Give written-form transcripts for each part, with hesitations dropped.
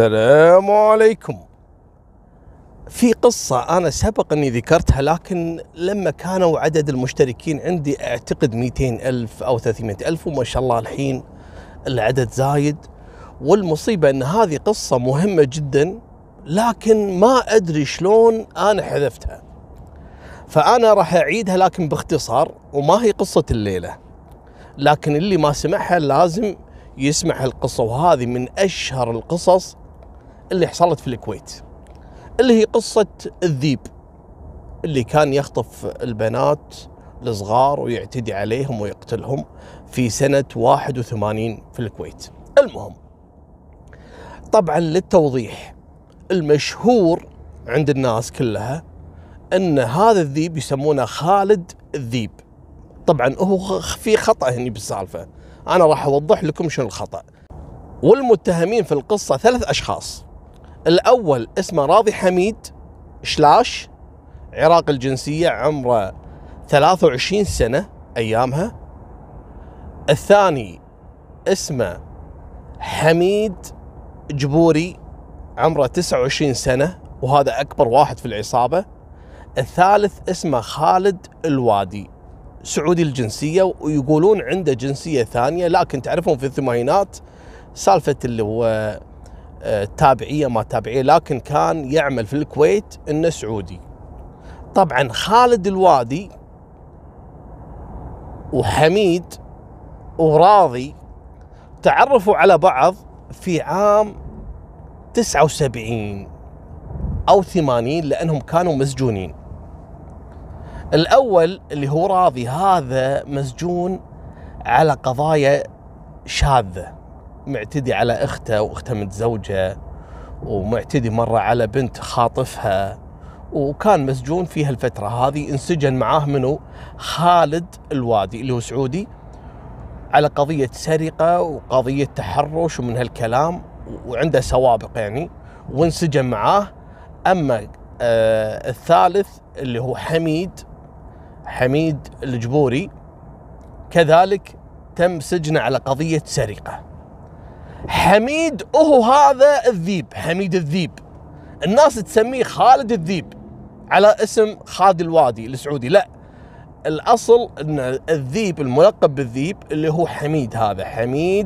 السلام عليكم. في قصة أنا سبق أني ذكرتها، لكن لما كانوا عدد المشتركين عندي أعتقد 200,000 أو 300,000، وما شاء الله الحين العدد زايد. والمصيبة أن هذه قصة مهمة جدا، لكن ما أدري شلون أنا حذفتها، فأنا راح أعيدها لكن باختصار. وما هي قصة الليلة، لكن اللي ما سمعها لازم يسمع القصة. وهذه من أشهر القصص اللي حصلت في الكويت، اللي هي قصة الذيب اللي كان يخطف البنات الصغار ويعتدي عليهم ويقتلهم في سنة 81 في الكويت. المهم، طبعا للتوضيح، المشهور عند الناس كلها أن هذا الذيب يسمونه خالد الذيب. طبعا هو في خطأ هني بالسالفة، أنا راح أوضح لكم شنو الخطأ. والمتهمين في القصة 3 أشخاص. الأول اسمه راضي حميد شلاش، عراق الجنسية، عمره 23 سنة أيامها. الثاني اسمه حميد جبوري، عمره 29 سنة، وهذا أكبر واحد في العصابة. الثالث اسمه خالد الوادي، سعودي الجنسية، ويقولون عنده جنسية ثانية، لكن تعرفون في الثمانينات سالفة اللي هو تابعية ما تابعية، لكن كان يعمل في الكويت إنه سعودي. طبعا خالد الوادي وحميد وراضي تعرفوا على بعض في عام 79 أو 80، لأنهم كانوا مسجونين. الأول اللي هو راضي، هذا مسجون على قضايا شاذة، معتدي على أخته وأخته متزوجة، ومعتدي مرة على بنت خاطفها، وكان مسجون في هالفترة هذه. انسجن معاه منه خالد الوادي اللي هو سعودي على قضية سرقة وقضية تحرش ومن هالكلام، وعنده سوابق يعني، وانسجن معاه. أما الثالث اللي هو حميد الجبوري، كذلك تم سجنه على قضية سرقة. حميد هو هذا الذيب، حميد الذيب، الناس تسميه خالد الذيب على اسم خالد الوادي السعودي. لا، الأصل أن الذيب الملقب بالذيب اللي هو حميد، هذا حميد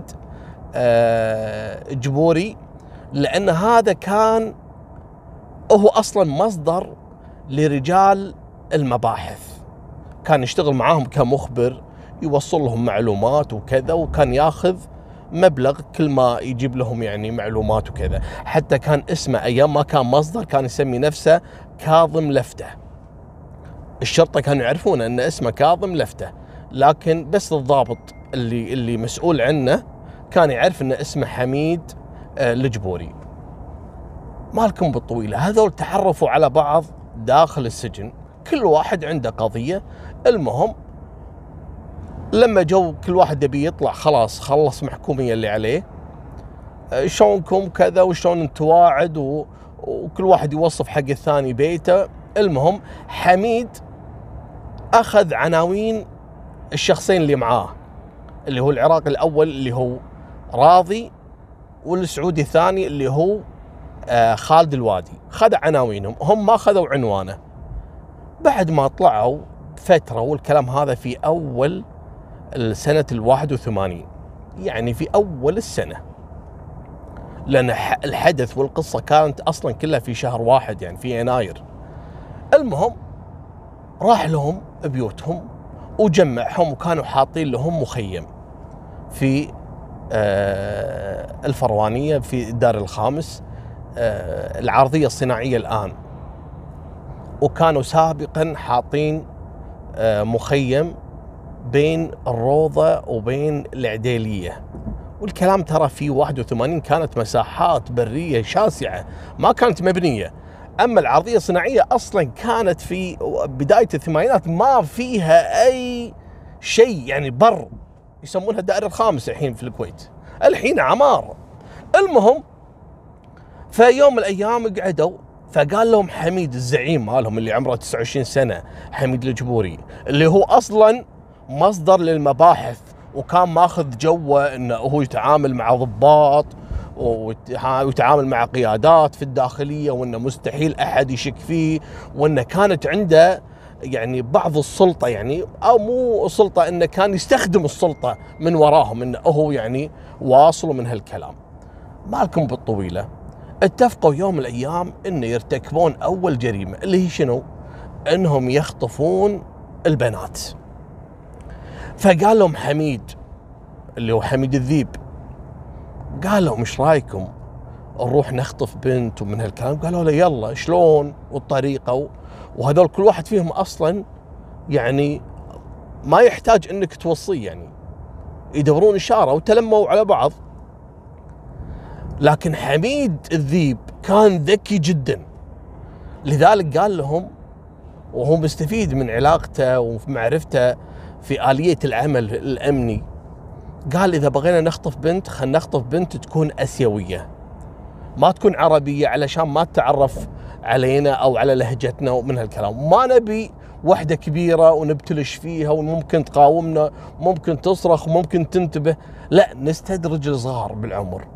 جبوري، لأن هذا كان هو أصلا مصدر لرجال المباحث، كان يشتغل معاهم كمخبر، يوصل لهم معلومات وكذا، وكان ياخذ مبلغ كل ما يجيب لهم يعني معلومات وكذا. حتى كان اسمه أيام ما كان مصدر كان يسمي نفسه كاظم لفتة. الشرطة كانوا يعرفون أن اسمه كاظم لفتة، لكن بس الضابط اللي مسؤول عنه كان يعرف أن اسمه حميد الجبوري. مالكم بالطويلة، هذول تعرفوا على بعض داخل السجن، كل واحد عنده قضية. المهم، لما جو كل واحد يبي يطلع، خلاص خلص محكومية اللي عليه، شلونكم كذا وشلون انت واعد، وكل واحد يوصف حق الثاني بيته. المهم، حميد أخذ عناوين الشخصين اللي معاه، اللي هو العراقي الأول اللي هو راضي، والسعودي الثاني اللي هو خالد الوادي. خذ عناوينهم، هم ما خذوا عنوانه. بعد ما طلعوا فترة، والكلام هذا في أول السنة 81، يعني في أول السنة، لأن الحدث والقصة كانت أصلا كلها في شهر 1، يعني في يناير. المهم، راح لهم بيوتهم وجمعهم، وكانوا حاطين لهم مخيم في الفروانية في الدار الخامس، العرضية الصناعية الآن. وكانوا سابقا حاطين مخيم بين الروضة وبين العديلية. والكلام ترى في 81 كانت مساحات برية شاسعة، ما كانت مبنية. أما العرضية الصناعية أصلا كانت في بداية الثمانينات ما فيها أي شيء، يعني بر، يسمونها الدائرة الخامسة الحين في الكويت، الحين عمار. المهم، في يوم من الأيام قعدوا، فقال لهم حميد الزعيم مالهم اللي عمره 29 سنة، حميد الجبوري، اللي هو أصلا مصدر للمباحث، وكان ماخذ جوه انه هو يتعامل مع ضباط ويتعامل مع قيادات في الداخلية، وأنه مستحيل أحد يشك فيه، وأنه كانت عنده يعني بعض السلطة، يعني أو مو سلطة، أنه كان يستخدم السلطة من وراهم، أنه هو يعني واصلوا من هالكلام. مالكم بالطويلة، اتفقوا يوم من الأيام أنه يرتكبون أول جريمة، اللي هي شنو؟ أنهم يخطفون البنات. فقال لهم حميد، اللي هو حميد الذيب، قال لهم ايش رايكم نروح نخطف بنت ومن هالكلام؟ قالوا له يلا، شلون والطريقة؟ وهذول كل واحد فيهم أصلا يعني ما يحتاج انك توصيه، يعني يدورون إشارة وتلموا على بعض. لكن حميد الذيب كان ذكي جدا، لذلك قال لهم، وهو مستفيد من علاقته ومعرفته في آلية العمل الأمني، قال إذا بغينا نخطف بنت، خلينا نخطف بنت تكون آسيوية، ما تكون عربية، علشان ما تتعرف علينا أو على لهجتنا ومن هالكلام. ما نبي واحدة كبيرة ونبتلش فيها وممكن تقاومنا، ممكن تصرخ وممكن تنتبه، لا، نستدرج الصغار بالعمر.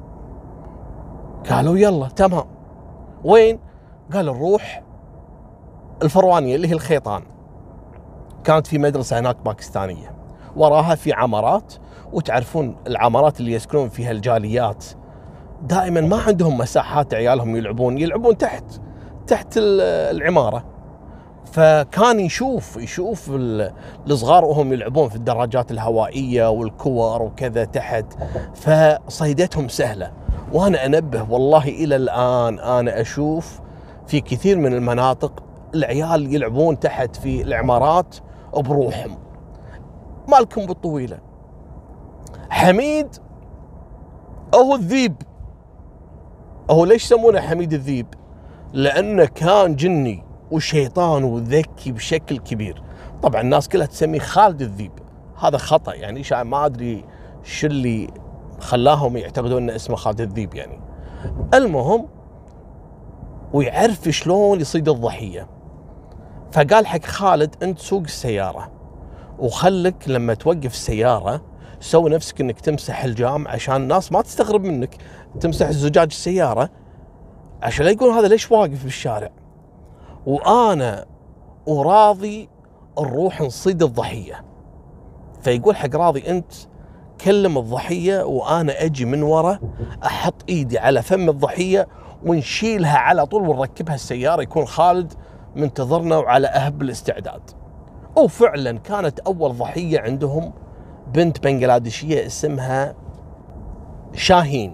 قالوا يلا تمام. وين؟ قال نروح الفروانية اللي هي الخيطان، كانت في مدرسة هناك باكستانية، وراها في عمارات، وتعرفون العمارات اللي يسكنون فيها الجاليات دائما ما عندهم مساحات عيالهم يلعبون تحت العمارة. فكان يشوف الصغار وهم يلعبون في الدراجات الهوائية والكور وكذا تحت، فصيدتهم سهلة. وأنا أنبه والله إلى الآن أنا أشوف في كثير من المناطق العيال يلعبون تحت في العمارات بروحهم. مالكم بالطويلة، حميد هو الذيب. هو ليش سمونه حميد الذيب؟ لأنه كان جني وشيطان وذكي بشكل كبير. طبعا الناس كلها تسميه خالد الذيب، هذا خطأ، يعني ما أدري شو اللي خلاهم يعتقدون أن اسمه خالد الذيب يعني. المهم، ويعرف شلون يصيد الضحية. فقال حق خالد أنت سوق السيارة، وخلك لما توقف السيارة سوي نفسك أنك تمسح الجام عشان الناس ما تستغرب منك، تمسح زجاج السيارة عشان لا يقول هذا ليش واقف بالشارع، وأنا وراضي نروح نصيد الضحية. فيقول حق راضي أنت كلم الضحية وأنا أجي من ورا أحط إيدي على فم الضحية ونشيلها على طول ونركبها السيارة، يكون خالد منتظرنا وعلى أهب الاستعداد. وفعلا كانت أول ضحية عندهم بنت بنغلاديشية اسمها شاهين.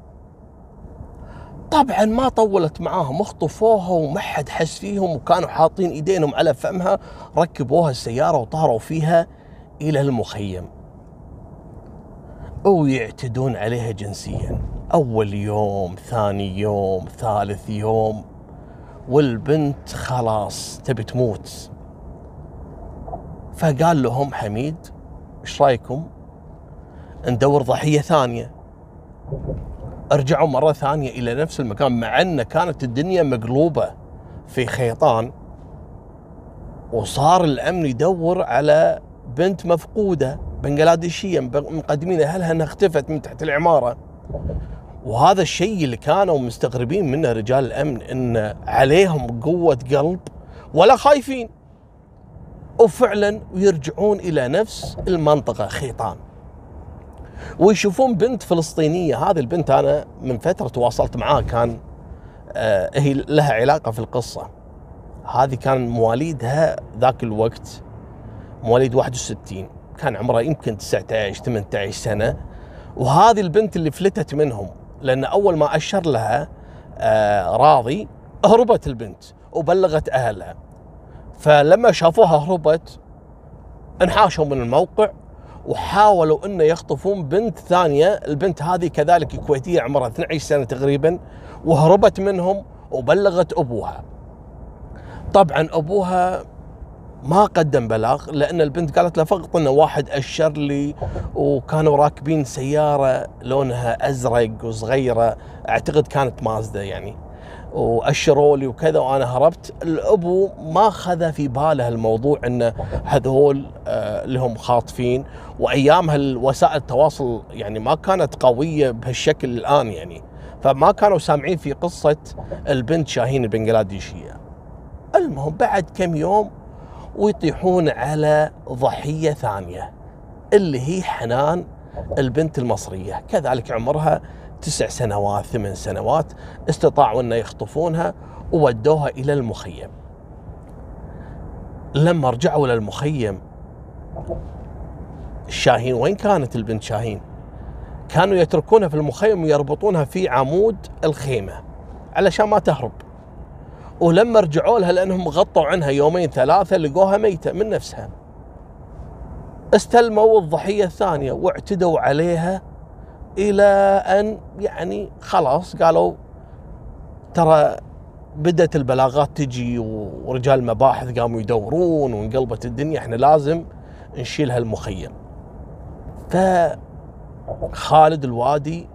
طبعا ما طولت معاهم، اخطفوها وما حد حس فيهم، وكانوا حاطين ايدينهم على فمها، ركبوها السيارة وطاروا فيها الى المخيم، ويعتدون عليها جنسيا. اول يوم، ثاني يوم، ثالث يوم، والبنت خلاص تبي تموت. فقال لهم حميد ايش رايكم ندور ضحية ثانية؟ ارجعوا مرة ثانية الى نفس المكان، مع ان كانت الدنيا مقلوبة في خيطان، وصار الامن يدور على بنت مفقودة بنغلاديشية، مقدمين اهلها انها اختفت من تحت العمارة. وهذا الشيء اللي كانوا مستغربين منه رجال الامن، ان عليهم قوة قلب ولا خايفين، وفعلا يرجعون الى نفس المنطقة خيطان، ويشوفون بنت فلسطينية. هذه البنت أنا من فترة تواصلت معاها، كان هي لها علاقة في القصة هذه. كان مواليدها ذاك الوقت مواليد 61، كان عمرها يمكن 19-18 سنة. وهذه البنت اللي فلتت منهم، لأن أول ما أشر لها راضي هربت البنت وبلغت أهلها. فلما شافوها هربت انحاشوا من الموقع وحاولوا انه يخطفون بنت ثانية. البنت هذه كذلك كويتية عمرها 12 سنة تقريبا، وهربت منهم وبلغت ابوها. طبعا ابوها ما قدم بلاغ، لان البنت قالت له فقط انه واحد اشر لي، وكانوا راكبين سيارة لونها ازرق وصغيرة، اعتقد كانت مازدا يعني، واشروا لي وكذا وانا هربت. الابو ما خذ في باله الموضوع ان هذول لهم خاطفين، وايامها الوسائل التواصل يعني ما كانت قويه بهالشكل الان، يعني فما كانوا سامعين في قصة البنت شاهين البنغلاديشية. المهم بعد كم يوم ويطيحون على ضحية ثانية اللي هي حنان البنت المصرية، كذلك عمرها 9 سنوات 8 سنوات. استطاعوا أن يخطفونها وودوها إلى المخيم. لما رجعوا للمخيم، شاهين وين كانت البنت شاهين؟ كانوا يتركونها في المخيم ويربطونها في عمود الخيمة علشان ما تهرب. ولما رجعوا لها لأنهم غطوا عنها 2 3 لقوها ميتة من نفسها. استلموا الضحية الثانية واعتدوا عليها إلى أن يعني خلاص قالوا ترى بدأت البلاغات تجي ورجال المباحث قاموا يدورون وانقلبت الدنيا، احنا لازم نشيلها المخيم. فخالد الوادي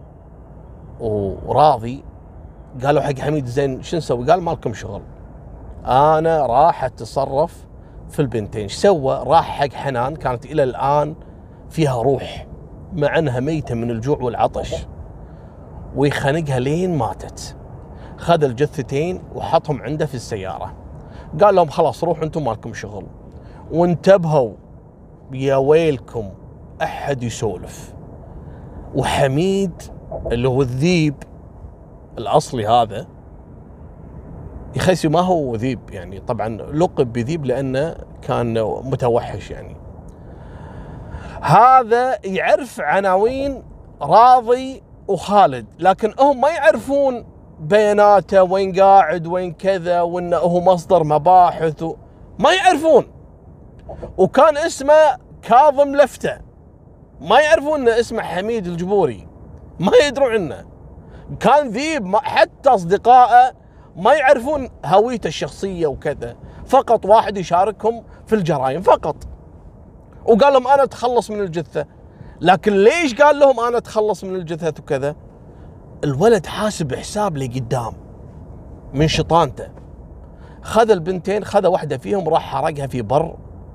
وراضي قالوا حق حميد زين شو نسوي؟ قال مالكم شغل، انا راح اتصرف في البنتين. ايش سوى؟ راح حق حنان كانت الى الان فيها روح مع انها ميته من الجوع والعطش، ويخنقها لين ماتت. خذ الجثتين وحطهم عنده في السياره، قال لهم خلاص روحوا انتم مالكم شغل. وانتبهوا يا ويلكم احد يسولف. وحميد اللي هو الذيب الاصلي هذا، يخسي ما هو ذيب يعني، طبعا لقب بذيب لانه كان متوحش يعني. هذا يعرف عناوين راضي وخالد، لكن هم ما يعرفون بياناته وين قاعد وين كذا، وانه هو مصدر مباحث ما يعرفون. وكان اسمه كاظم لفتة، ما يعرفون انه اسمه حميد الجبوري، ما يدرون عنه. كان ذيب، حتى اصدقائه ما يعرفون هويته الشخصية وكذا، فقط واحد يشاركهم في الجرائم فقط. وقال لهم انا اتخلص من الجثة. لكن ليش قال لهم انا اتخلص من الجثة وكذا؟ الولد حاسب حساب لقدام من شطانته. خذ البنتين، خذ واحدة فيهم راح حرقها في بر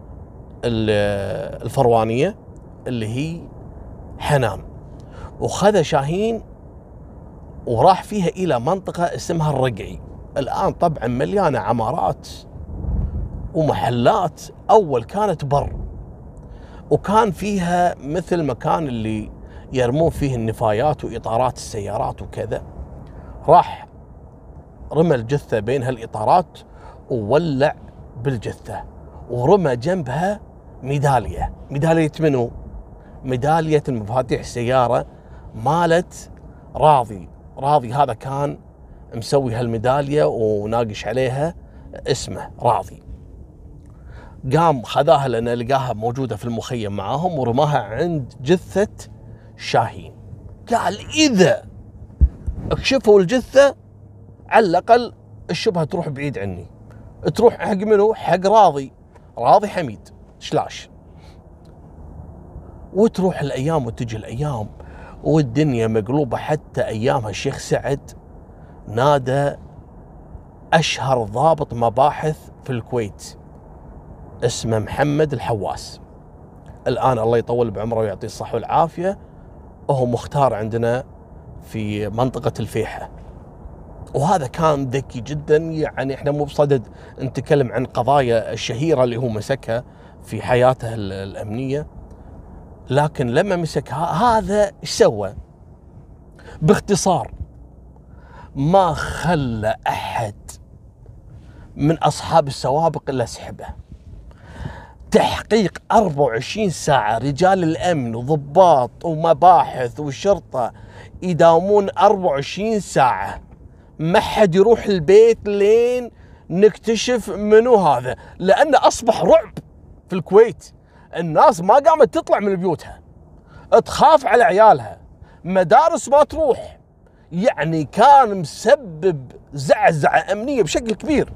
الفروانية اللي هي حنان، وخذ شاهين وراح فيها إلى منطقة اسمها الرقعي. الآن طبعا مليانة عمارات ومحلات، أول كانت بر، وكان فيها مثل مكان اللي يرمون فيه النفايات وإطارات السيارات وكذا. راح رمى الجثة بين هالإطارات وولع بالجثة، ورمى جنبها ميدالية. ميدالية منو؟ ميدالية المفاتيح السيارة مالت راضي. راضي هذا كان مسوي هالميدالية وناقش عليها اسمه راضي. قام خذاها لأنه لقاها موجودة في المخيم معاهم ورماها عند جثة شاهين. قال إذا اكشفوا الجثة على الأقل الشبهة تروح بعيد عني، تروح حق منو؟ حق راضي حميد شلاش. وتروح الأيام وتجي الأيام والدنيا مقلوبة. حتى أيامها الشيخ سعد نادى أشهر ضابط مباحث في الكويت اسمه محمد الحواس، الآن الله يطول بعمره ويعطيه الصحة والعافية، وهو مختار عندنا في منطقة الفيحة. وهذا كان ذكي جدا، يعني احنا مو بصدد نتكلم عن قضايا الشهيرة اللي هو مسكها في حياته الأمنية، لكن لما مسك هذا ايش سوى؟ باختصار ما خلى أحد من أصحاب السوابق إلا سحبه. تحقيق 24 ساعة، رجال الأمن وضباط ومباحث وشرطة يداومون 24 ساعة، ما حد يروح البيت لين نكتشف منو هذا، لأنه أصبح رعب في الكويت. الناس ما قامت تطلع من بيوتها، تخاف على عيالها، مدارس ما تروح، يعني كان مسبب زعزعة أمنية بشكل كبير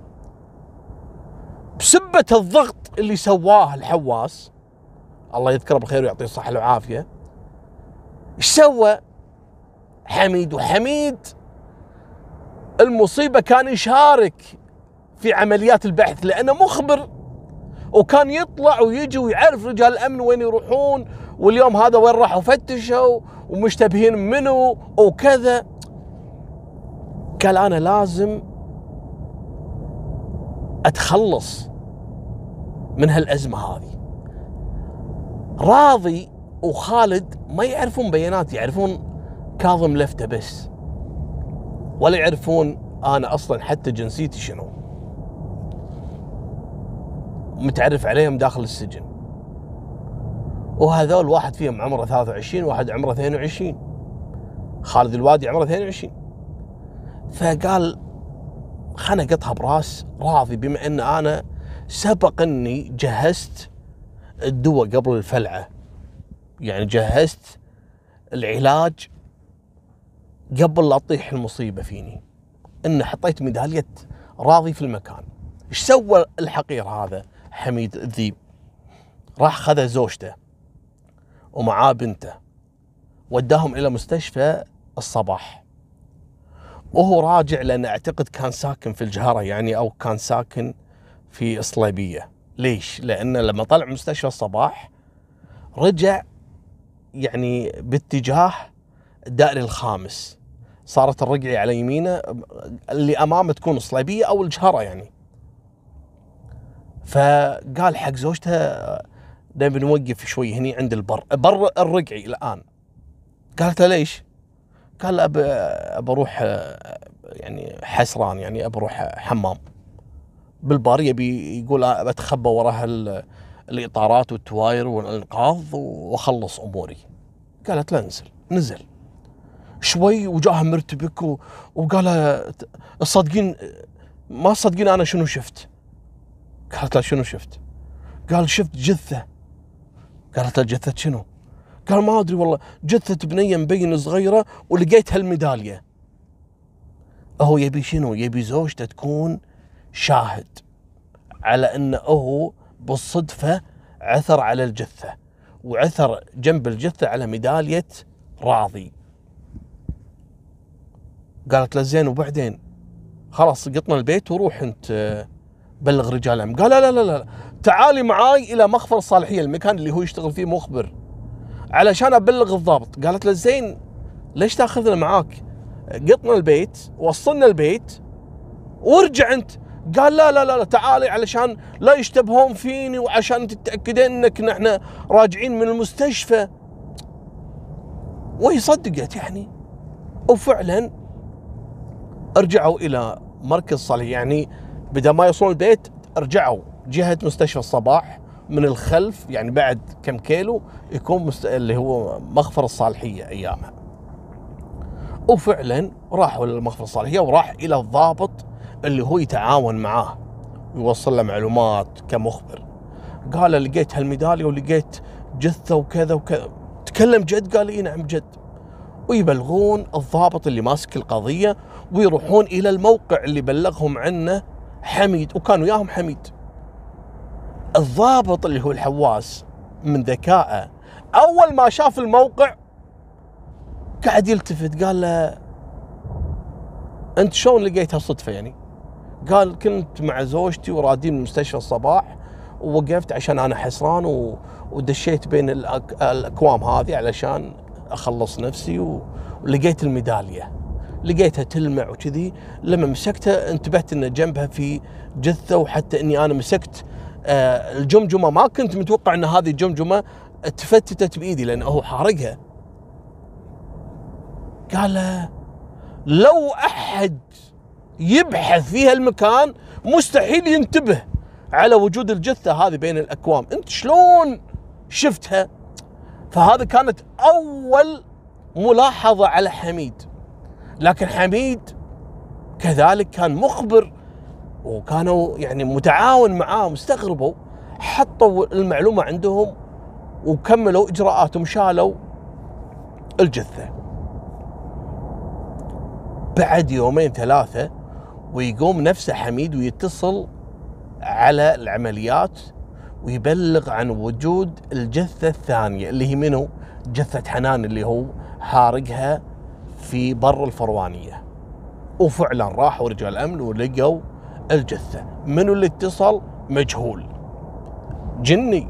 بسبة الضغط اللي سواه الحواس، الله يذكره بالخير ويعطيه الصحة والعافية. ايش سوى حميد؟ وحميد المصيبة كان يشارك في عمليات البحث لأنه مخبر، وكان يطلع ويجي ويعرف رجال الأمن وين يروحون، واليوم هذا وين راحوا فتشوا ومشتبهين منه وكذا. قال أنا لازم أتخلص من هالأزمة هذه. راضي وخالد ما يعرفون بيانات، يعرفون كاظم لفتة بس، ولا يعرفون أنا أصلا حتى جنسيتي شنو. متعرف عليهم داخل السجن، وهذول واحد فيهم عمره 23 واحد عمره 22. خالد الوادي عمره 22. فقال خلنا اقطها براس راضي، بما ان انا سبق اني جهزت الدواء قبل الفلعة، يعني جهزت العلاج قبل لا تطيح المصيبة فيني، ان حطيت ميدالية راضي في المكان. ايش سوى الحقير هذا حميد الذيب؟ راح خذ زوجته ومعاه بنته، وداهم الى مستشفى الصباح، وهو راجع لأن أعتقد كان ساكن في الجهرة يعني، أو كان ساكن في الصليبية. ليش؟ لأن لما طلع من مستشفى الصباح رجع يعني باتجاه الدائري الخامس، صارت الرقعي على يمينه، اللي أمامه تكون الصليبية أو الجهرة يعني. فقال حق زوجته نبي نوقف شوي هني عند بر الرقعي الآن. قالت له ليش؟ قال أبى أروح يعني حسران، يعني أبى أروح حمام بالبار، يبي يقول بتخبى وراها الإطارات والتواير والإنقاذ وأخلص أموري. قالت لا نزل شوي وجاها مرتبك وقال الصدقين ما صدقين أنا شنو شفت. قالت لا شنو شفت؟ قال شفت جثة. قالت له جثة شنو؟ قال ما أدري والله، جثة بنية مبين صغيرة ولقيت هالميدالية. هو يبي شنو؟ يبي زوجته تكون شاهد على أنه هو بالصدفة عثر على الجثة، وعثر جنب الجثة على ميدالية راضي. قالت له زين وبعدين؟ خلاص قطنا البيت وروح أنت بلغ رجال الأمن. قال لا لا لا، تعالي معاي إلى مخفر الصالحية، المكان اللي هو يشتغل فيه مخبر، علشان أبلغ الضابط. قالت له زين ليش تاخذنا معاك؟ قطنا البيت، وصلنا البيت وارجع أنت. قال لا لا لا تعالي علشان لا يشتبهون فيني، وعشان تتأكدين انك نحن راجعين من المستشفى. وهي صدقت يعني، وفعلا رجعوا الى مركز صالح، يعني بدل ما يوصلون البيت رجعوا جهة مستشفى الصباح من الخلف، يعني بعد كم كيلو يكون اللي هو مخفر الصالحية ايامها. وفعلا راحوا للمخفر الصالحية، وراح الى الضابط اللي هو يتعاون معاه ويوصل له معلومات كمخبر. قال لقيت هالميدالية ولقيت جثة وكذا وكذا. تكلم جد؟ قال اي نعم جد. ويبلغون الضابط اللي ماسك القضية، ويروحون الى الموقع اللي بلغهم عنه حميد، وكان وياهم حميد. الضابط اللي هو الحواس من ذكائه اول ما شاف الموقع قاعد يلتفت، قال له انت شلون لقيتها صدفة يعني؟ قال كنت مع زوجتي ورادين من مستشفى الصباح، ووقفت عشان انا حسران ودشيت بين الاكوام هذه علشان اخلص نفسي، ولقيت الميدالية، لقيتها تلمع وكذي. لما مسكتها انتبهت ان جنبها في جثة، وحتى اني انا مسكت الجمجمة ما كنت متوقع ان هذه الجمجمة تفتتت بايدي لانه هو حارقها. قال لو احد يبحث في هالمكان مستحيل ينتبه على وجود الجثة هذه بين الأكوام، أنت شلون شفتها؟ فهذا كانت أول ملاحظة على حميد. لكن حميد كذلك كان مخبر، وكانوا يعني متعاون معاه، مستغربوا، حطوا المعلومة عندهم وكملوا إجراءاتهم، شالوا الجثة. بعد يومين ثلاثة ويقوم نفسه حميد ويتصل على العمليات ويبلغ عن وجود الجثة الثانية اللي هي منو؟ جثة حنان اللي هو حارقها في بر الفروانية. وفعلا راحوا رجال الأمن ولقوا الجثة. منو اللي اتصل؟ مجهول، جني.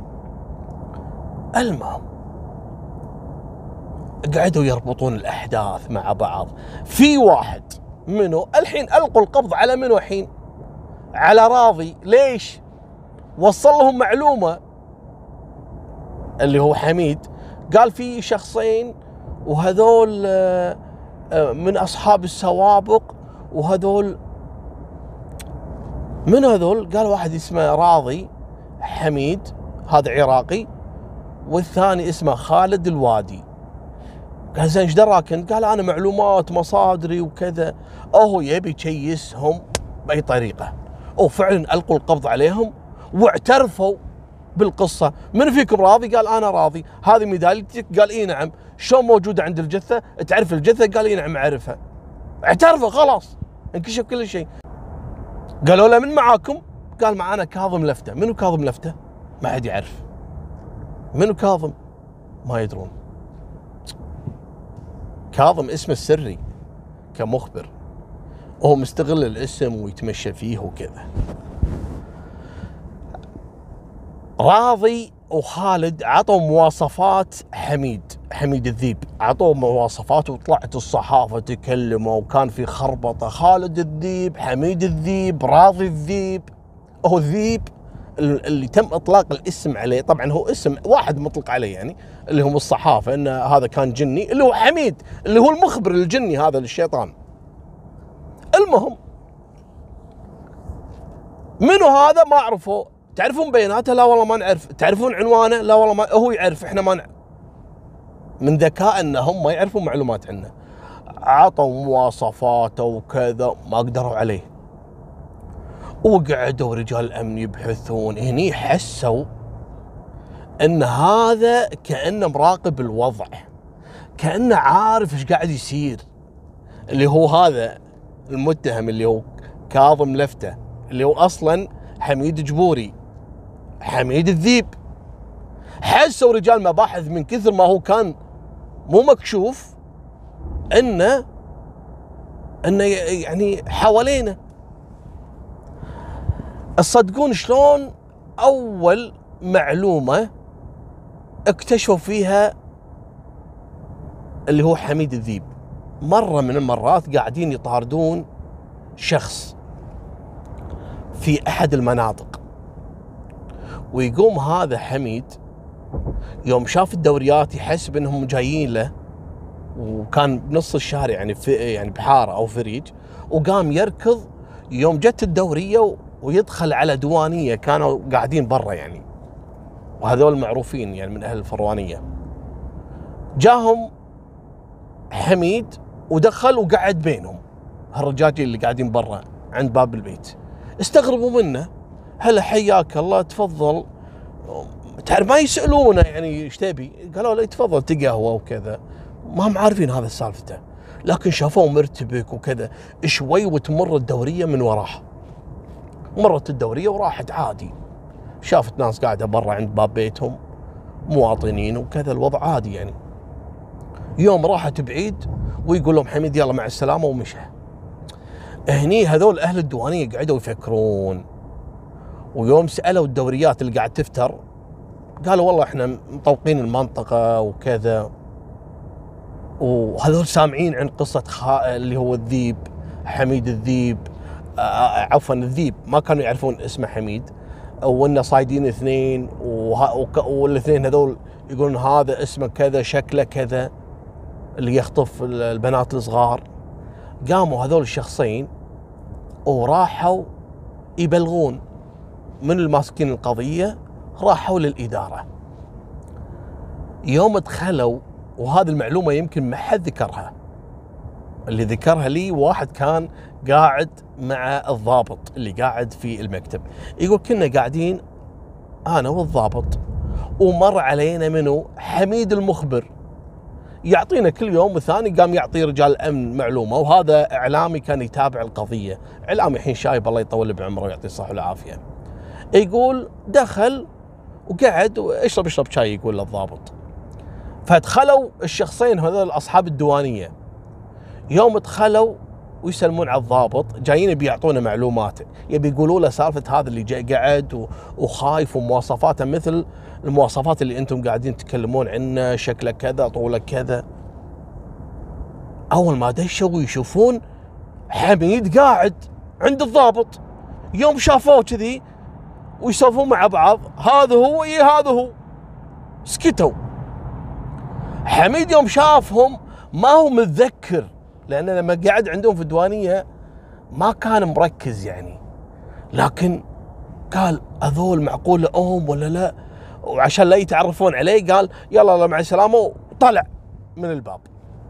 المهم قعدوا يربطون الأحداث مع بعض. في واحد منو الحين؟ ألقوا القبض على منو الحين؟ على راضي. ليش؟ وصل لهم معلومة اللي هو حميد، قال في شخصين وهذول من أصحاب السوابق، وهذول من هذول؟ قال واحد اسمه راضي حميد، هذا عراقي، والثاني اسمه خالد الوادي. قال زين ايش دراك انت؟ قال انا معلومات مصادري وكذا. هو يبي يشيسهم باي طريقه، وفعلا القوا القبض عليهم واعترفوا بالقصه. من فيكم راضي؟ قال انا راضي. هذه ميداليتك؟ قال اي نعم. شلون موجوده عند الجثه؟ تعرف الجثه؟ قال اي نعم اعرفها. اعترفوا خلاص، انكشف كل شيء. قالوا له من معاكم؟ قال معانا كاظم لفته. منو كاظم لفته؟ ما حد يعرف. منو كاظم؟ ما يدرون. كاظم اسمه السري كمخبر، وهو مستغل الاسم ويتمشى فيه وكذا. راضي وخالد عطوا مواصفات حميد الذيب، عطوه مواصفات وطلعت الصحافة تكلموا، وكان في خربطة. خالد الذيب، حميد الذيب، راضي الذيب. هو الذيب اللي تم اطلاق الاسم عليه، طبعا هو اسم واحد مطلق عليه يعني، اللي هم الصحافة ان هذا كان جني، اللي هو حميد اللي هو المخبر الجني هذا للشيطان. المهم منو هذا؟ ما عرفوا. تعرفون بياناته؟ لا والله ما نعرف. تعرفون عنوانه؟ لا والله ما هو يعرف، احنا ما نعرف. من ذكاء انهم ما يعرفون معلومات عنه. عطوا مواصفاته وكذا، ما قدروا عليه. وقعدوا رجال الامن يبحثون. هني حسوا ان هذا كأنه مراقب الوضع، كأنه عارف ايش قاعد يصير. اللي هو هذا المتهم اللي هو كاظم لفته، اللي هو اصلا حميد جبوري، حميد الذيب. حسوا رجال مباحث من كثر ما هو كان مو مكشوف انه يعني حوالينا. تصدقون شلون اول معلومة اكتشفوا فيها اللي هو حميد الذيب؟ مرة من المرات قاعدين يطاردون شخص في احد المناطق، ويقوم هذا حميد يوم شاف الدوريات يحسب انهم جايين له، وكان بنص الشارع يعني يعني بحاره او فريج، وقام يركض. يوم جت الدوريه ويدخل على دوانيه كانوا قاعدين برا يعني، وهذول معروفين يعني من اهل الفروانيه. جاهم حميد ودخل وقعد بينهم هالرجاجين اللي قاعدين برا عند باب البيت. استغربوا منه، هلا حياك الله تفضل. تعرف ما يسألونه يعني ايش تبي؟ قالوا له تفضل تقهوى وكذا. ما هم عارفين هذا سالفته، لكن شافوه مرتبك وكذا. شوي وتمر الدورية من وراه. مرت الدورية وراحت عادي، شافت ناس قاعدة برا عند باب بيتهم مواطنين وكذا، الوضع عادي يعني. يوم راحت بعيد ويقول لهم حميد يلا مع السلامة ومشى. هني هذول أهل الديوانية قعدوا يفكرون، ويوم سألوا الدوريات اللي قاعد تفتر قالوا والله احنا مطوقين المنطقة وكذا، وهذول سامعين عن قصة اللي هو الذيب، حميد الذيب. عفوا الذيب، ما كانوا يعرفون اسمه حميد، وانه صايدين اثنين، والاثنين هذول يقولون هذا اسمه كذا شكله كذا اللي يخطف البنات الصغار. قاموا هذول الشخصين وراحوا يبلغون من الماسكين القضية، راحوا للإدارة. يوم دخلوا، وهذه المعلومة يمكن ما حد ذكرها، اللي ذكرها لي واحد كان قاعد مع الضابط اللي قاعد في المكتب. يقول كنا قاعدين أنا والضابط، ومر علينا منو؟ حميد المخبر، يعطينا كل يوم والثاني قام يعطي رجال الأمن معلومة. وهذا إعلامي كان يتابع القضية، إعلامي الحين شايب الله يطول بعمره ويعطيه الصحة والعافية. يقول دخل وقعد واشرب شاي يقول للضابط. فدخلوا الشخصين هذول أصحاب الديوانية. يوم دخلوا ويسلمون على الضابط، جايين بيعطونا معلومات، يبي يقولوا له سالفة هذا اللي جاي قعد وخايف، ومواصفاته مثل المواصفات اللي انتم قاعدين تتكلمون عنه، شكله كذا طوله كذا. اول ما دشوا يشوفون حميد قاعد عند الضابط، يوم شافوه كذي ويسولفون مع بعض، هذا هو هذا هو، سكتوا. حميد يوم شافهم ما هو متذكر، لأنه لما قعد عندهم في الديوانية ما كان مركز يعني، لكن قال هذول معقول لهم ولا لا، وعشان لا يتعرفون عليه قال يلا مع السلامة، وطلع من الباب.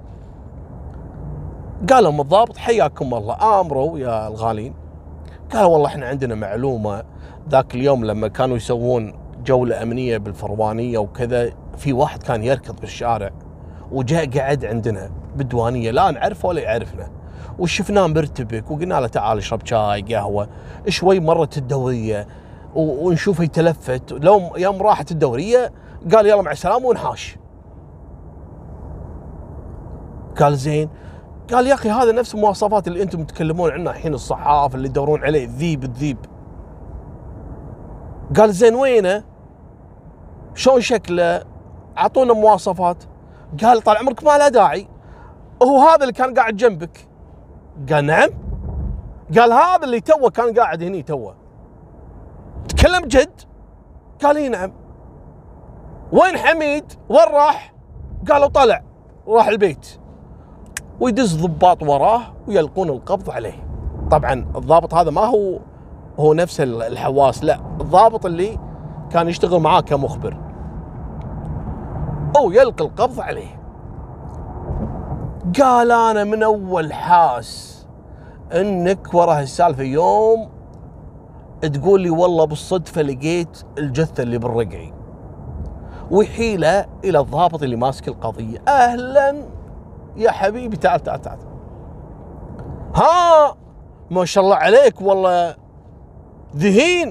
قال لهم الضابط حياكم الله، امروا يا الغالين. قالوا والله احنا عندنا معلومة، ذاك اليوم لما كانوا يسوون جولة أمنية بالفربانية وكذا، في واحد كان يركض بالشارع وجاء قعد عندنا بالديوانية، لا نعرفه ولا يعرفنا، وشفناه مرتبك، وقلنا له تعال اشرب شاي قهوة شوي، مرت الدورية ونشوفه يتلفت، لو يوم راحت الدورية قال يلا مع السلامة ونحاش. قال زين، قال يا أخي هذا نفس المواصفات اللي أنتم تتكلمون عنها الحين، الصحافة اللي يدورون عليه، الذيب. قال زين وينه؟ شلون شكله؟ أعطونا مواصفات. قال طال عمرك ما له داعي، هو هذا اللي كان قاعد جنبك. قال نعم. قال هذا اللي توه كان قاعد هني توه. تكلم جد؟ قال اي نعم. وين حميد؟ وين راح؟ قالوا طلع راح البيت، ويدز ضباط وراه ويلقون القبض عليه. طبعا الضابط هذا ما هو نفس الحواس، لا، الضابط اللي كان يشتغل معاه كمخبر، او يلقي القبض عليه. قال انا من اول حاس انك ورا هالسالفه، يوم تقول لي والله بالصدفه لقيت الجثه اللي بالرقعي، وحيله الى الضابط اللي ماسك القضيه، اهلا يا حبيبي تعال تعال تعال، ها ما شاء الله عليك والله ذهين،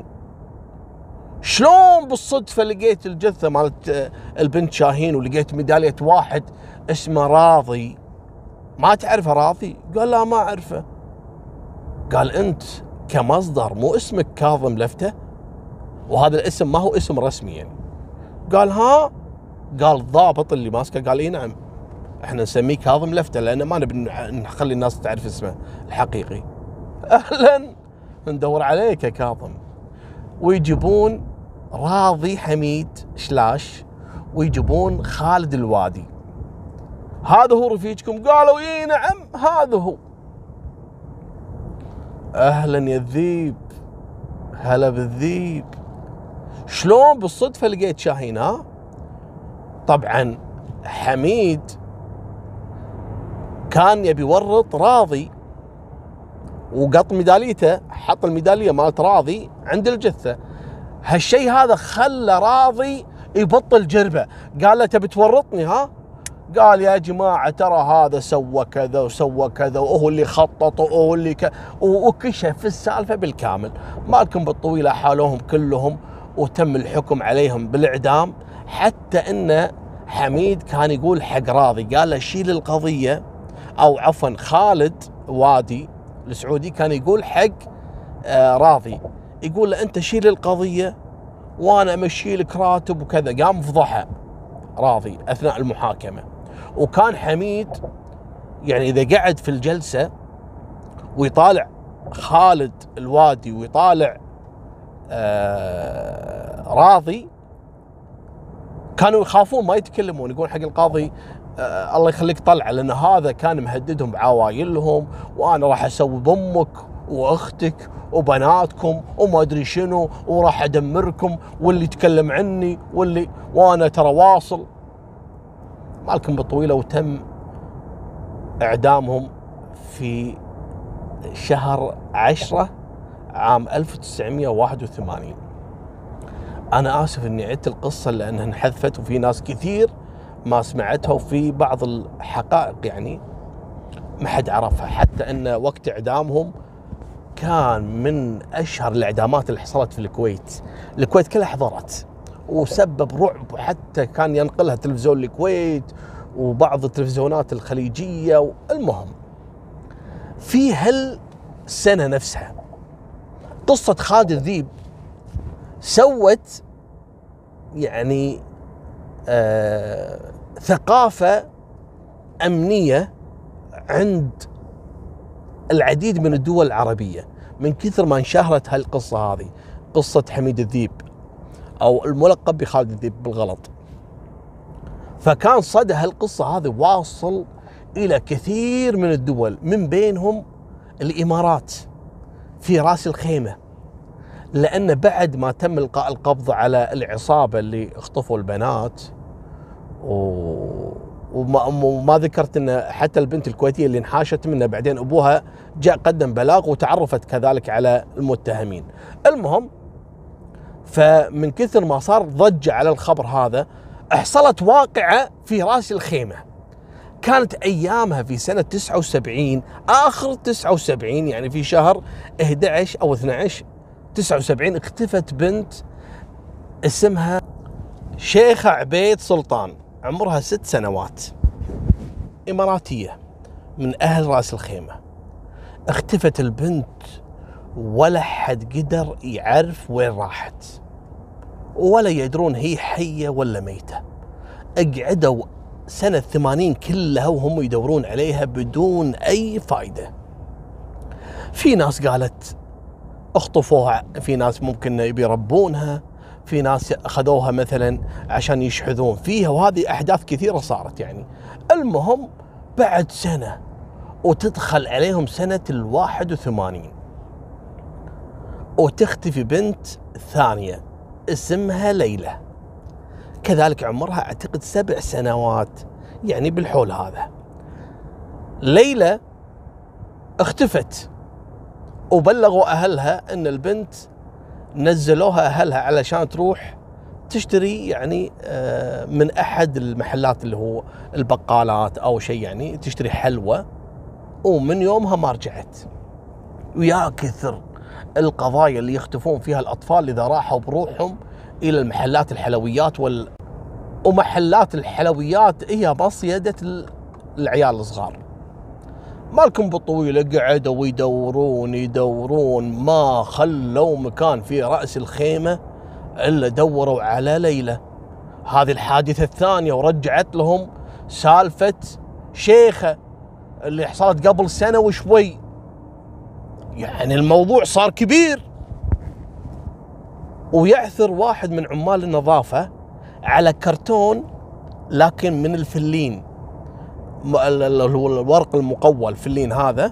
شلون بالصدفه لقيت الجثه مالت البنت شاهين، ولقيت ميداليه واحد اسمه راضي، ما تعرفه راضي؟ قال لا ما اعرفه. قال انت كمصدر مو اسمك كاظم لفته؟ وهذا الاسم ما هو اسم رسمي يعني. قال ها؟ قال الضابط اللي ماسكه قال اي نعم، احنا نسميه كاظم لفته لان ما نبي نخلي الناس تعرف اسمه الحقيقي. اهلا، ندور عليك يا كاظم. ويجيبون راضي حميد شلاش، ويجيبون خالد الوادي، هذا هو رفيجكم؟ قالوا اي نعم هذا هو. اهلا يا الذيب، هلا بالذيب، شلون بالصدفه لقيت شاهين؟ ها؟ طبعا حميد كان يبي يورط راضي وقط ميداليته، حط الميداليه مالت راضي عند الجثه. هالشيء هذا خلى راضي يبطل جربه، قال له تبي تورطني ها؟ قال يا جماعه ترى هذا سوى كذا وسوى كذا، وهو اللي خطط وهو اللي وكشف السالفه بالكامل. مالكم بالطويله حالوهم كلهم وتم الحكم عليهم بالاعدام، حتى ان حميد كان يقول حق راضي، قال له شيل القضيه، او عفوا خالد وادي السعودي كان يقول حق راضي، يقول له انت شيل القضيه وانا امشي لك راتب وكذا. قام فضحه راضي اثناء المحاكمه. وكان حميد يعني اذا قعد في الجلسه ويطالع خالد الوادي ويطالع راضي، كانوا يخافون ما يتكلمون، يقول حق القاضي الله يخليك طلع، لان هذا كان مهددهم بعوايلهم، وانا راح اسوي بامك واختك وبناتكم وما ادري شنو، وراح ادمركم، واللي يتكلم عني وانا ترى واصل. مالكم بالطويله، وتم اعدامهم في شهر 10 عام 1981. انا اسف اني عدت القصه لانها انحذفت وفي ناس كثير ما سمعتها، وفي بعض الحقائق يعني ما حد عرفها، حتى ان وقت اعدامهم كان من اشهر الاعدامات اللي حصلت في الكويت. الكويت كلها حضرت وسبب رعب، وحتى كان ينقلها تلفزيون الكويت وبعض التلفزيونات الخليجيه. المهم في هالسنه نفسها قصه خالد الذيب سوت يعني ثقافه امنيه عند العديد من الدول العربية من كثر ما انشهرت هالقصة هذه، قصة حميد الذيب أو الملقب بخالد الذيب بالغلط. فكان صدى هالقصة هذه واصل إلى كثير من الدول، من بينهم الإمارات في رأس الخيمة، لأن بعد ما تم إلقاء القبض على العصابة اللي اخطفوا البنات وما ذكرت أن حتى البنت الكويتية اللي انحاشت منها بعدين أبوها جاء قدم بلاغ وتعرفت كذلك على المتهمين. المهم، فمن كثر ما صار ضجة على الخبر هذا، حصلت واقعة في رأس الخيمة. كانت أيامها في سنة 79، آخر 79، يعني في شهر 11 أو 12 79 اختفت بنت اسمها شيخة عبيد سلطان، عمرها 6 سنوات، إماراتية من أهل رأس الخيمة. اختفت البنت ولا حد قدر يعرف وين راحت، ولا يدرون هي حية ولا ميتة. اقعدوا سنة 80 كلها وهم يدورون عليها بدون أي فائدة. في ناس قالت اخطفوها، في ناس ممكن يربونها، في ناس أخذوها مثلا عشان يشحذون فيها، وهذه أحداث كثيرة صارت يعني. المهم بعد سنة وتدخل عليهم سنة 81 وتختفي بنت ثانية اسمها ليلى، كذلك عمرها أعتقد 7 سنوات، يعني بالحول هذا. ليلى اختفت وبلغوا أهلها أن البنت نزلوها أهلها علشان تروح تشتري يعني من أحد المحلات اللي هو البقالات أو شيء، يعني تشتري حلوى، ومن يومها ما رجعت. ويا كثر القضايا اللي يختفون فيها الأطفال إذا راحوا بروحهم إلى المحلات الحلويات ومحلات الحلويات هي مصيدة العيال الصغار. مالكم بالطويلة، قعدوا يدورون ما خلوا مكان في رأس الخيمة إلا دوروا على ليلى. هذه الحادثة الثانية، ورجعت لهم سالفة شيخة اللي حصلت قبل سنة وشوي. يعني الموضوع صار كبير. ويعثر واحد من عمال النظافة على كرتون لكن من الفلين، الورق المقول فلين هذا،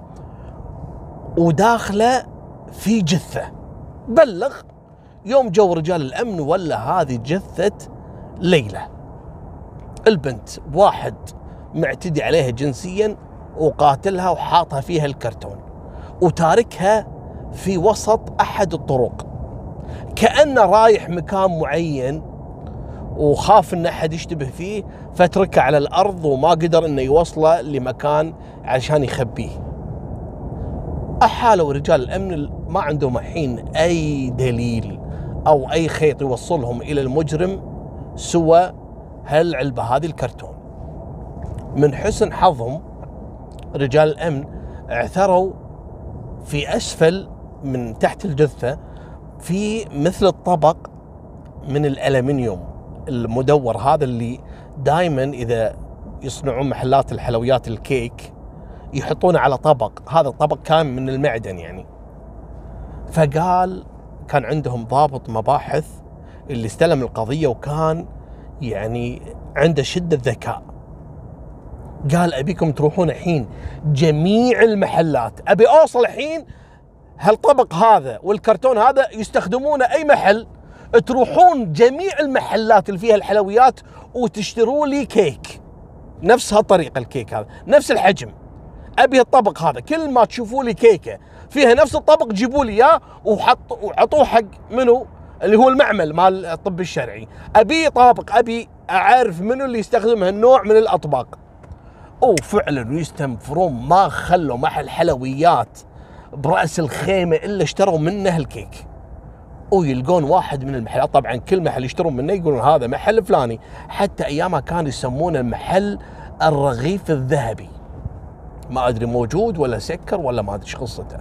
وداخله في جثة. بلغ، يوم جو رجال الأمن ولا هذه جثة ليلى البنت، واحد معتدي عليها جنسيا وقاتلها وحاطها فيها الكرتون وتاركها في وسط أحد الطرق، كأنه رايح مكان معين وخاف ان احد يشتبه فيه فتركه على الارض وما قدر انه يوصله لمكان عشان يخبيه. احالوا رجال الامن ما عندهم الحين اي دليل او اي خيط يوصلهم الى المجرم سوى هالعلبة هذه الكرتون. من حسن حظهم رجال الامن اعثروا في اسفل من تحت الجثة في مثل الطبق من الألمنيوم المدور هذا اللي دائما إذا يصنعون محلات الحلويات الكيك يحطونه على طبق، هذا الطبق كان من المعدن يعني. فقال كان عندهم ضابط مباحث اللي استلم القضية وكان يعني عنده شدة ذكاء، قال أبيكم تروحون الحين جميع المحلات، أبي أوصل الحين هالطبق هذا والكرتون هذا يستخدمونه أي محل، تروحون جميع المحلات اللي فيها الحلويات وتشتروا لي كيك نفس هالطريقة، الكيك هذا نفس الحجم، أبي الطبق هذا كل ما تشوفوا لي كيكة فيها نفس الطبق جيبوا لي إياه وحطوه حق منو اللي هو المعمل مال الطب الشرعي، أبي طابق، أبي أعرف منو اللي يستخدم هالنوع من الأطباق. وفعلا يستنفرون، ما خلوا محل حلويات برأس الخيمة إلا اشتروا منه الكيك، ويلقون واحد من المحلات، طبعا كل محل يشترون منه يقولون هذا محل فلاني، حتى أيامها كانوا يسمونه المحل الرغيف الذهبي، ما أدري موجود ولا سكر ولا ما أدري ايش قصته،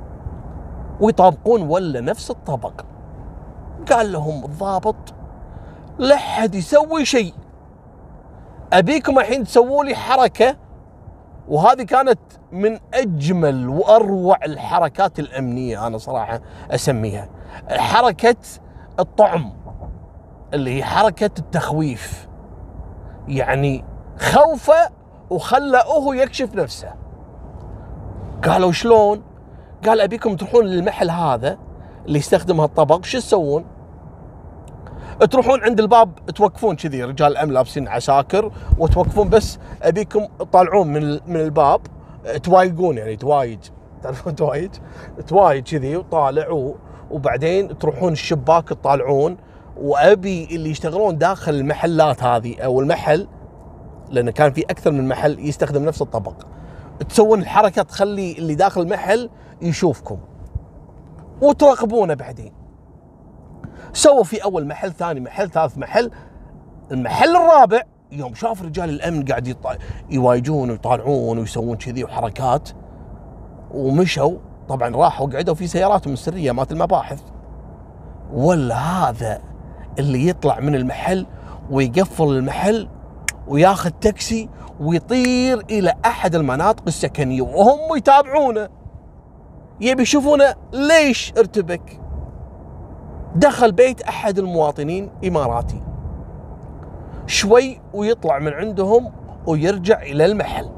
ويطابقون ولا نفس الطبق. قال لهم الضابط لا حد يسوي شيء، أبيكم الحين تسووا لي حركة وهذه كانت من أجمل وأروع الحركات الأمنية، أنا صراحة أسميها حركة الطعم، اللي هي حركة التخويف. يعني خوفه وخلى هو يكشف نفسه. قالوا شلون؟ قال أبيكم تروحون للمحل هذا اللي يستخدم هالطبق. شو تسوون؟ تروحون عند الباب، توقفون كذي رجال الأمن لابسين عساكر، وتوقفون بس أبيكم تطالعون من الباب، توايقون يعني توايج، تعرفون توايج كذي وطالع، وبعدين تروحون الشباك تطالعون. وأبي اللي يشتغلون داخل المحلات هذه أو المحل، لأن كان في أكثر من محل يستخدم نفس الطبق، تسوون الحركة تخلي اللي داخل المحل يشوفكم وتراقبونه. بعدين سووا في أول محل، ثاني محل، ثالث محل. المحل الرابع يوم شاف رجال الأمن قاعد يواجهون ويطالعون ويسوون كذي وحركات، ومشوا طبعا راحوا قعدوا في سياراتهم السرية مات المباحث. ولا هذا اللي يطلع من المحل ويقفل المحل وياخذ تاكسي ويطير إلى أحد المناطق السكنية، وهم يتابعونه يبي يشوفونه ليش ارتبك. دخل بيت أحد المواطنين إماراتي شوي ويطلع من عندهم ويرجع إلى المحل.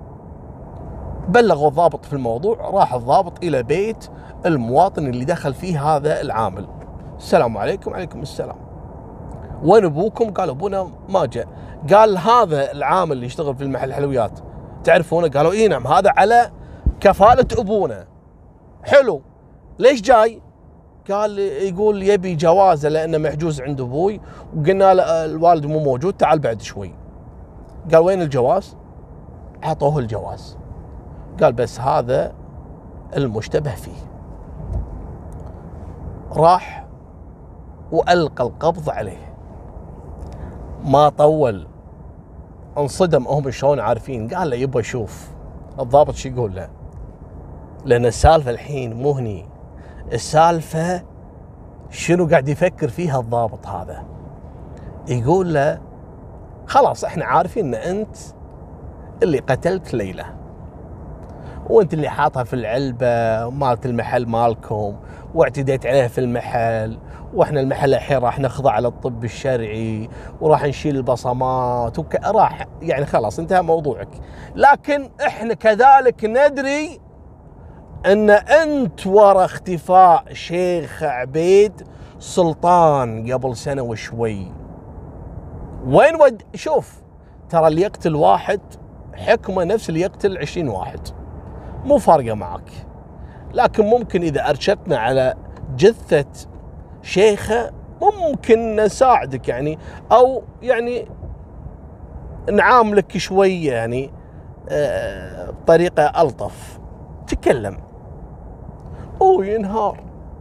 بلغوا الضابط في الموضوع، راح الضابط إلى بيت المواطن اللي دخل فيه هذا العامل. السلام عليكم. عليكم السلام. وين أبوكم؟ قالوا أبونا ما جاء. قال هذا العامل اللي يشتغل في المحل الحلويات تعرفونه؟ قالوا إيه نعم، هذا على كفالة أبونا. حلو، ليش جاي؟ قال يقول يبي جوازه لأنه محجوز عند أبوي، وقلنا له الوالد مو موجود، تعال بعد شوي. قال وين الجواز؟ عطوه الجواز. قال بس هذا المشتبه فيه. راح وألقى القبض عليه. ما طول انصدم هم شلون عارفين. قال له يبا شوف الضابط شو يقول له، لأن السالفة الحين مو هني، السالفة شنو قاعد يفكر فيها الضابط هذا. يقول له خلاص احنا عارفين ان انت اللي قتلت ليلى، وانت اللي حاطها في العلبة مالت المحل مالكم، واعتديت عليها في المحل، واحنا المحل الحين راح نخضع للطب الشرعي وراح نشيل البصمات راح يعني خلاص انتهى موضوعك. لكن احنا كذلك ندري ان انت ورا اختفاء شيخ عبيد سلطان قبل سنة وشوي. وين شوف ترى اللي يقتل واحد حكمه نفس اللي يقتل 20 واحد، مو فارقة معك. لكن ممكن إذا أرشدنا على جثة شيخة ممكن نساعدك يعني، أو يعني نعاملك شوية يعني بطريقة ألطف. تكلم وينهار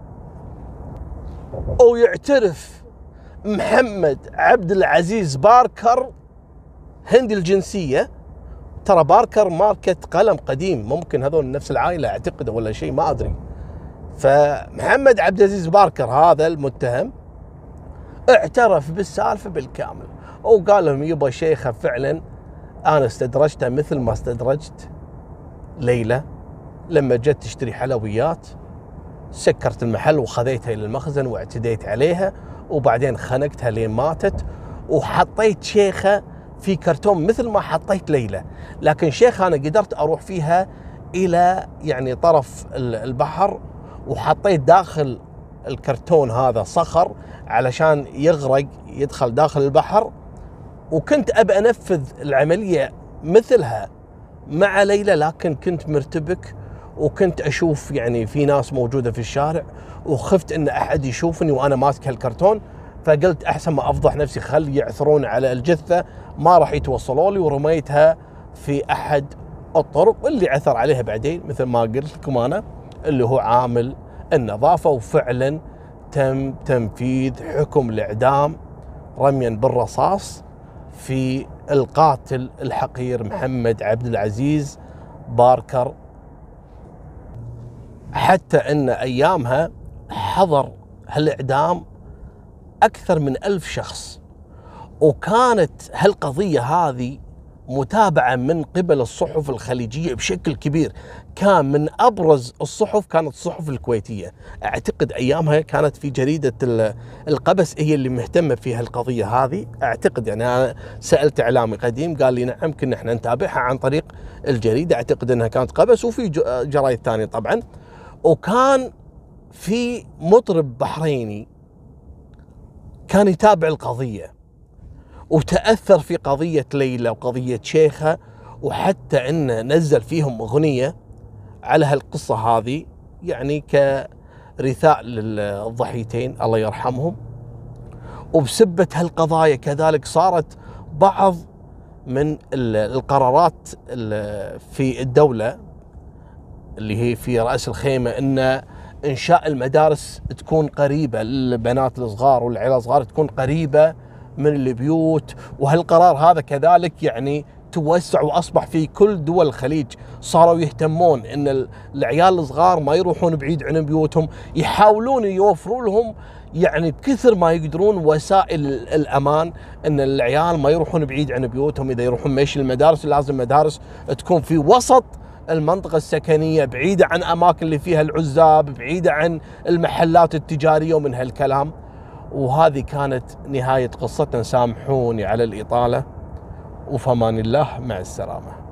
ويعترف محمد عبد العزيز باركر هندي الجنسية. ترى باركر ماركة قلم قديم، ممكن هذول نفس العائلة اعتقد ولا شيء ما أدري. فمحمد عبد العزيز باركر هذا المتهم اعترف بالسالفة بالكامل، وقال لهم يبا شيخة فعلا أنا استدرجتها مثل ما استدرجت ليلى لما جت تشتري حلويات، سكرت المحل وخذيتها إلى المخزن واعتديت عليها، وبعدين خنقتها لين ماتت، وحطيت شيخة في كرتون مثل ما حطيت ليلى. لكن شيخة أنا قدرت أروح فيها إلى يعني طرف البحر، وحطيت داخل الكرتون هذا صخر علشان يغرق يدخل داخل البحر، وكنت أبى أنفذ العملية مثلها مع ليلى، لكن كنت مرتبك وكنت أشوف يعني في ناس موجودة في الشارع، وخفت أن أحد يشوفني وأنا ماسك هالكرتون، فقلت أحسن ما أفضح نفسي خلي يعثرون على الجثة ما راح يتوصلوا لي، ورميتها في أحد الطرق اللي عثر عليها بعدين مثل ما قلت لكم أنا اللي هو عامل النظافة. وفعلا تم تنفيذ حكم الإعدام رميا بالرصاص في القاتل الحقير محمد عبد العزيز باركر. حتى أن أيامها حضر هالإعدام أكثر من 1000 شخص، وكانت هالقضية هذه متابعة من قبل الصحف الخليجية بشكل كبير. كان من أبرز الصحف كانت الصحف الكويتية، أعتقد أيامها كانت في جريدة القبس هي اللي مهتمة في هالقضية هذه، أعتقد يعني. أنا سألت إعلامي قديم قال لي نعم كنا احنا نتابعها عن طريق الجريدة، أعتقد أنها كانت قبس وفي جرايد ثانية طبعا. وكان في مطرب بحريني كان يتابع القضية وتأثر في قضية ليلى وقضية شيخة، وحتى انه نزل فيهم اغنية على هالقصة هذه، يعني كرثاء للضحيتين الله يرحمهم. وبسبة هالقضايا كذلك صارت بعض من القرارات في الدولة اللي هي في رأس الخيمة ان انشاء المدارس تكون قريبة للبنات الصغار والعيال الصغار، تكون قريبة من البيوت. وهالقرار هذا كذلك يعني توسع واصبح في كل دول الخليج صاروا يهتمون ان العيال الصغار ما يروحون بعيد عن بيوتهم، يحاولون يوفروا لهم يعني بكثر ما يقدرون وسائل الامان ان العيال ما يروحون بعيد عن بيوتهم. اذا يروحون ماشي المدارس لازم مدارس تكون في وسط المنطقة السكنية، بعيدة عن أماكن اللي فيها العزاب، بعيدة عن المحلات التجارية ومن هالكلام. وهذه كانت نهاية قصتنا، سامحوني على الإطالة، وفمان الله، مع السلامة.